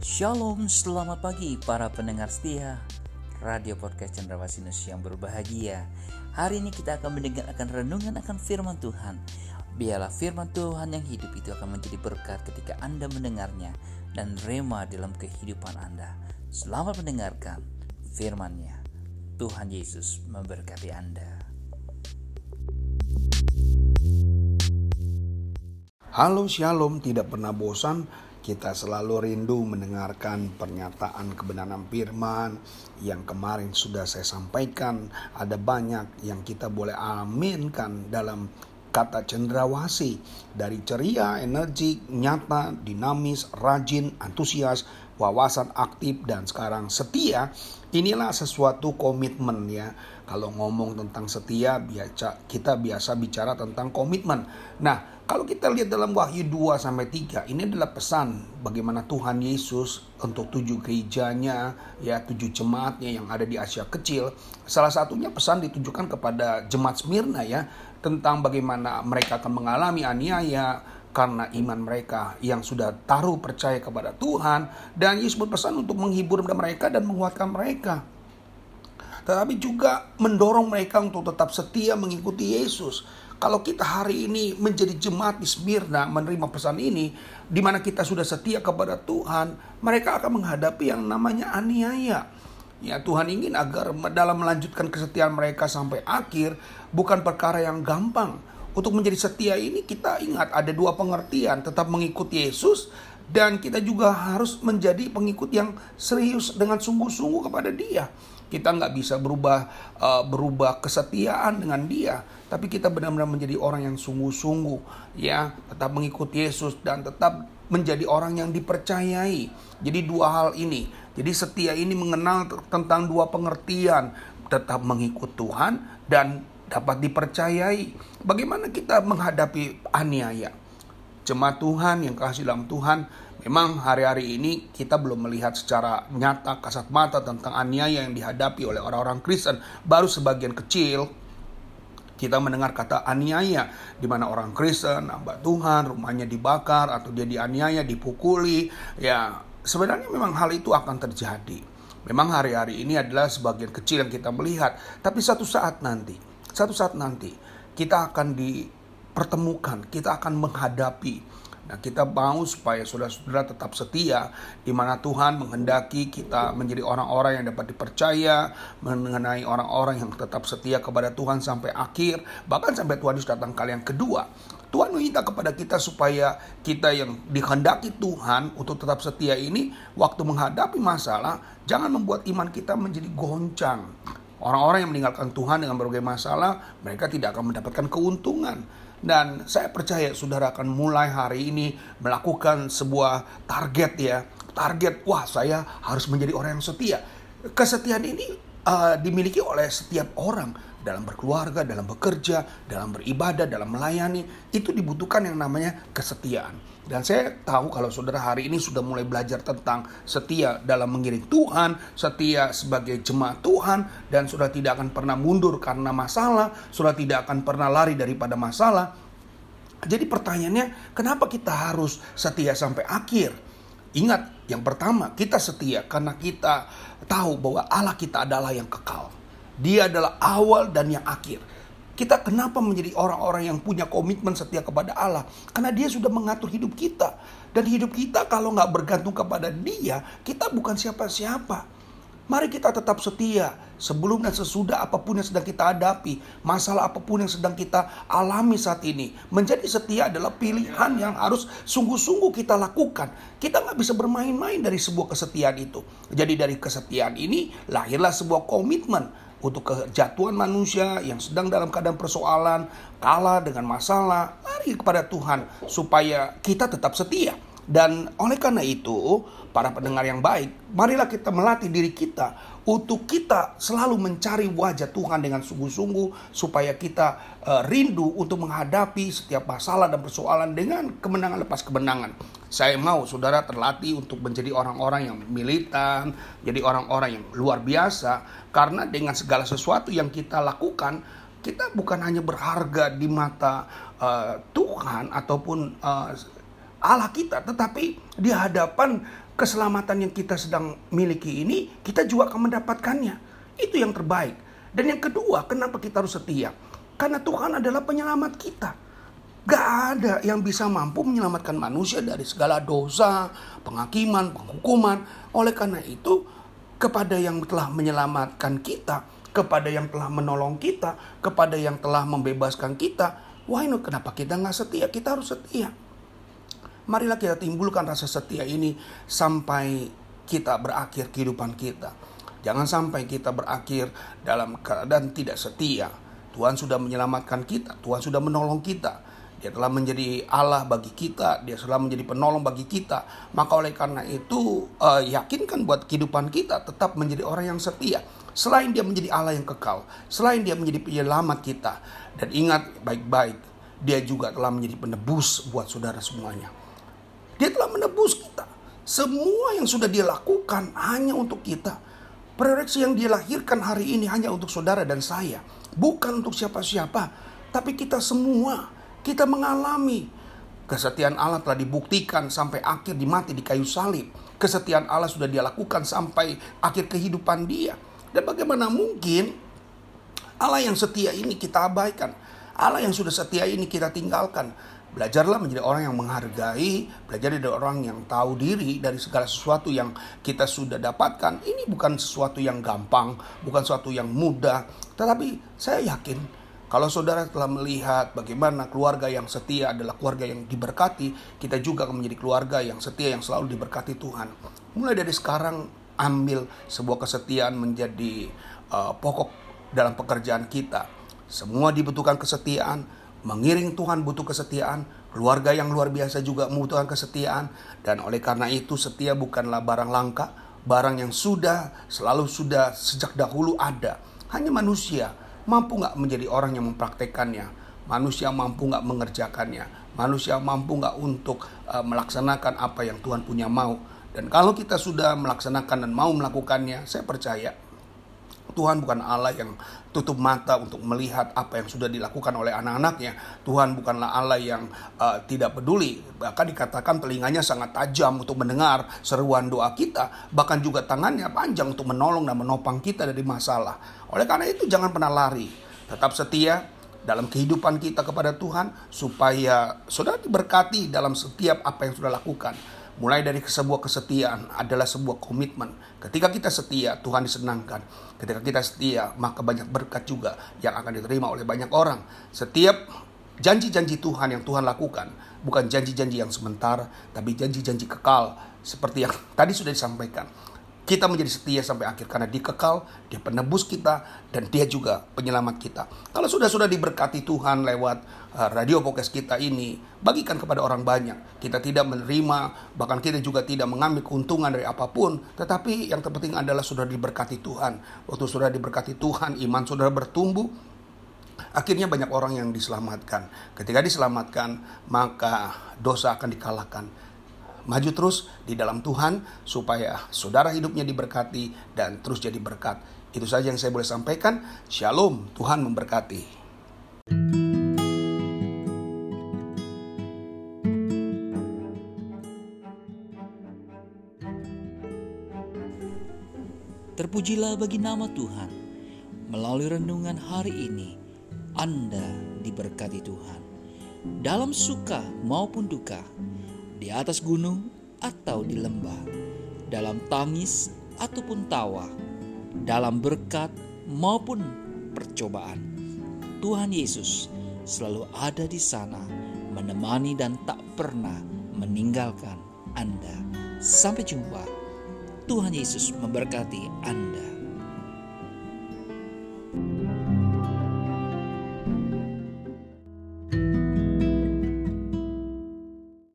Shalom, selamat pagi para pendengar setia Radio Podcast Cenderawasih yang berbahagia. Hari ini kita akan mendengar akan renungan akan firman Tuhan. Biarlah firman Tuhan yang hidup itu akan menjadi berkat ketika Anda mendengarnya dan rema dalam kehidupan Anda. Selamat mendengarkan firman-Nya. Tuhan Yesus memberkati Anda. Halo Shalom, tidak pernah bosan. Kita selalu rindu mendengarkan pernyataan kebenaran firman yang kemarin sudah saya sampaikan. Ada banyak yang kita boleh aminkan dalam kata cendrawasih. Dari ceria, energik, nyata, dinamis, rajin, antusias, wawasan aktif, dan sekarang setia. Inilah sesuatu komitmen ya. Kalau ngomong tentang setia, kita biasa bicara tentang komitmen. Nah, kalau kita lihat dalam Wahyu 2-3, ini adalah pesan bagaimana Tuhan Yesus untuk 7 gerejanya, ya 7 jemaatnya yang ada di Asia Kecil. Salah satunya pesan ditujukan kepada jemaat Smyrna ya, tentang bagaimana mereka akan mengalami aniaya karena iman mereka yang sudah taruh percaya kepada Tuhan. Dan Yesus berpesan untuk menghibur mereka dan menguatkan mereka, tetapi juga mendorong mereka untuk tetap setia mengikuti Yesus. Kalau kita hari ini menjadi jemaat di Smyrna menerima pesan ini, di mana kita sudah setia kepada Tuhan, mereka akan menghadapi yang namanya aniaya. Ya, Tuhan ingin agar dalam melanjutkan kesetiaan mereka sampai akhir bukan perkara yang gampang. Untuk menjadi setia ini kita ingat ada 2 pengertian, tetap mengikuti Yesus dan kita juga harus menjadi pengikut yang serius dengan sungguh-sungguh kepada Dia. Kita nggak bisa berubah kesetiaan dengan Dia, tapi kita benar-benar menjadi orang yang sungguh-sungguh, ya, tetap mengikuti Yesus dan tetap menjadi orang yang dipercayai. Jadi 2 hal ini. Jadi setia ini mengenal tentang 2 pengertian, tetap mengikut Tuhan dan dapat dipercayai. Bagaimana kita menghadapi aniaya? Jemaat Tuhan yang kasih dalam Tuhan, memang hari-hari ini kita belum melihat secara nyata kasat mata tentang aniaya yang dihadapi oleh orang-orang Kristen. Baru sebagian kecil kita mendengar kata aniaya, di mana orang Kristen, hamba Tuhan, rumahnya dibakar atau dia dianiaya, dipukuli. Ya, sebenarnya memang hal itu akan terjadi. Memang hari-hari ini adalah sebagian kecil yang kita melihat, tapi satu saat nanti kita akan dipertemukan, kita akan menghadapi. Nah, kita mau supaya saudara-saudara tetap setia, di mana Tuhan menghendaki kita menjadi orang-orang yang dapat dipercaya, mengenai orang-orang yang tetap setia kepada Tuhan sampai akhir, bahkan sampai Tuhan Yesus datang kali yang kedua. Tuhan meminta kepada kita supaya kita yang dikehendaki Tuhan untuk tetap setia ini, waktu menghadapi masalah, jangan membuat iman kita menjadi goncang. Orang-orang yang meninggalkan Tuhan dengan berbagai masalah, mereka tidak akan mendapatkan keuntungan. Dan saya percaya saudara akan mulai hari ini melakukan sebuah target ya. Target, wah saya harus menjadi orang yang setia. Kesetiaan ini dimiliki oleh setiap orang dalam berkeluarga, dalam bekerja, dalam beribadah, dalam melayani. Itu dibutuhkan yang namanya kesetiaan. Dan saya tahu kalau saudara hari ini sudah mulai belajar tentang setia dalam mengiring Tuhan, setia sebagai jemaat Tuhan, dan sudah tidak akan pernah mundur karena masalah, sudah tidak akan pernah lari daripada masalah. Jadi pertanyaannya, kenapa kita harus setia sampai akhir? Ingat, yang pertama, kita setia karena kita tahu bahwa Allah kita adalah yang kekal. Dia adalah awal dan yang akhir. Kita kenapa menjadi orang-orang yang punya komitmen setia kepada Allah? Karena Dia sudah mengatur hidup kita. Dan hidup kita kalau nggak bergantung kepada Dia, kita bukan siapa-siapa. Mari kita tetap setia sebelum dan sesudah apapun yang sedang kita hadapi. Masalah apapun yang sedang kita alami saat ini. Menjadi setia adalah pilihan yang harus sungguh-sungguh kita lakukan. Kita nggak bisa bermain-main dari sebuah kesetiaan itu. Jadi dari kesetiaan ini lahirlah sebuah komitmen untuk kejatuhan manusia yang sedang dalam keadaan persoalan, kalah dengan masalah, lari kepada Tuhan supaya kita tetap setia. Dan oleh karena itu, para pendengar yang baik, marilah kita melatih diri kita untuk kita selalu mencari wajah Tuhan dengan sungguh-sungguh supaya kita rindu untuk menghadapi setiap masalah dan persoalan dengan kemenangan lepas kemenangan. Saya mau saudara terlatih untuk menjadi orang-orang yang militan, jadi orang-orang yang luar biasa, karena dengan segala sesuatu yang kita lakukan, kita bukan hanya berharga di mata Tuhan ataupun Allah kita, tetapi di hadapan keselamatan yang kita sedang miliki ini, kita juga akan mendapatkannya. Itu yang terbaik. Dan yang kedua, kenapa kita harus setia? Karena Tuhan adalah penyelamat kita. Gak ada yang bisa mampu menyelamatkan manusia dari segala dosa, penghakiman, penghukuman. Oleh karena itu, kepada yang telah menyelamatkan kita, kepada yang telah menolong kita, kepada yang telah membebaskan kita, why not? Kenapa kita gak setia? Kita harus setia. Marilah kita timbulkan rasa setia ini sampai kita berakhir kehidupan kita. Jangan sampai kita berakhir dalam keadaan tidak setia. Tuhan sudah menyelamatkan kita, Tuhan sudah menolong kita. Dia telah menjadi Allah bagi kita, Dia telah menjadi penolong bagi kita. Maka oleh karena itu, yakinkan buat kehidupan kita tetap menjadi orang yang setia. Selain Dia menjadi Allah yang kekal, selain Dia menjadi penyelamat kita. Dan ingat baik-baik, Dia juga telah menjadi penebus buat saudara semuanya. Dia telah menebus kita. Semua yang sudah Dia lakukan hanya untuk kita. Proyeksi yang Dia lahirkan hari ini hanya untuk saudara dan saya. Bukan untuk siapa-siapa. Tapi kita semua. Kita mengalami. Kesetiaan Allah telah dibuktikan sampai akhir mati di kayu salib. Kesetiaan Allah sudah Dia lakukan sampai akhir kehidupan Dia. Dan bagaimana mungkin Allah yang setia ini kita abaikan. Allah yang sudah setia ini kita tinggalkan. Belajarlah menjadi orang yang menghargai, belajar dari orang yang tahu diri dari segala sesuatu yang kita sudah dapatkan. Ini bukan sesuatu yang gampang, bukan sesuatu yang mudah. Tetapi saya yakin kalau saudara telah melihat bagaimana keluarga yang setia adalah keluarga yang diberkati, kita juga akan menjadi keluarga yang setia yang selalu diberkati Tuhan. Mulai dari sekarang ambil sebuah kesetiaan menjadi pokok dalam pekerjaan kita. Semua dibutuhkan kesetiaan. Mengiring Tuhan butuh kesetiaan, keluarga yang luar biasa juga membutuhkan kesetiaan, dan oleh karena itu setia bukanlah barang langka, barang yang selalu sudah sejak dahulu ada. Hanya manusia mampu gak menjadi orang yang mempraktekannya, manusia mampu gak mengerjakannya, manusia mampu gak untuk melaksanakan apa yang Tuhan punya mau. Dan kalau kita sudah melaksanakan dan mau melakukannya, saya percaya Tuhan bukan Allah yang tutup mata untuk melihat apa yang sudah dilakukan oleh anak-anaknya. Tuhan bukanlah Allah yang tidak peduli. Bahkan dikatakan telinganya sangat tajam untuk mendengar seruan doa kita. Bahkan juga tangannya panjang untuk menolong dan menopang kita dari masalah. Oleh karena itu jangan pernah lari. Tetap setia dalam kehidupan kita kepada Tuhan. Supaya saudara diberkati dalam setiap apa yang sudah lakukan. Mulai dari sebuah kesetiaan adalah sebuah komitmen. Ketika kita setia, Tuhan disenangkan. Ketika kita setia, maka banyak berkat juga yang akan diterima oleh banyak orang. Setiap janji-janji Tuhan yang Tuhan lakukan, bukan janji-janji yang sementara, tapi janji-janji kekal. Seperti yang tadi sudah disampaikan. Kita menjadi setia sampai akhir karena Dia kekal, Dia penebus kita, dan Dia juga penyelamat kita. Kalau sudah diberkati Tuhan lewat radio podcast kita ini, bagikan kepada orang banyak. Kita tidak menerima, bahkan kita juga tidak mengambil keuntungan dari apapun. Tetapi yang terpenting adalah sudah diberkati Tuhan. Waktu sudah diberkati Tuhan, iman saudara bertumbuh. Akhirnya banyak orang yang diselamatkan. Ketika diselamatkan, maka dosa akan dikalahkan. Maju terus di dalam Tuhan supaya saudara hidupnya diberkati dan terus jadi berkat. Itu saja yang saya boleh sampaikan. Shalom, Tuhan memberkati. Terpujilah bagi nama Tuhan. Melalui renungan hari ini, Anda diberkati Tuhan. Dalam suka maupun duka, di atas gunung atau di lembah, dalam tangis ataupun tawa, dalam berkat maupun percobaan, Tuhan Yesus selalu ada di sana, menemani dan tak pernah meninggalkan Anda. Sampai jumpa. Tuhan Yesus memberkati Anda.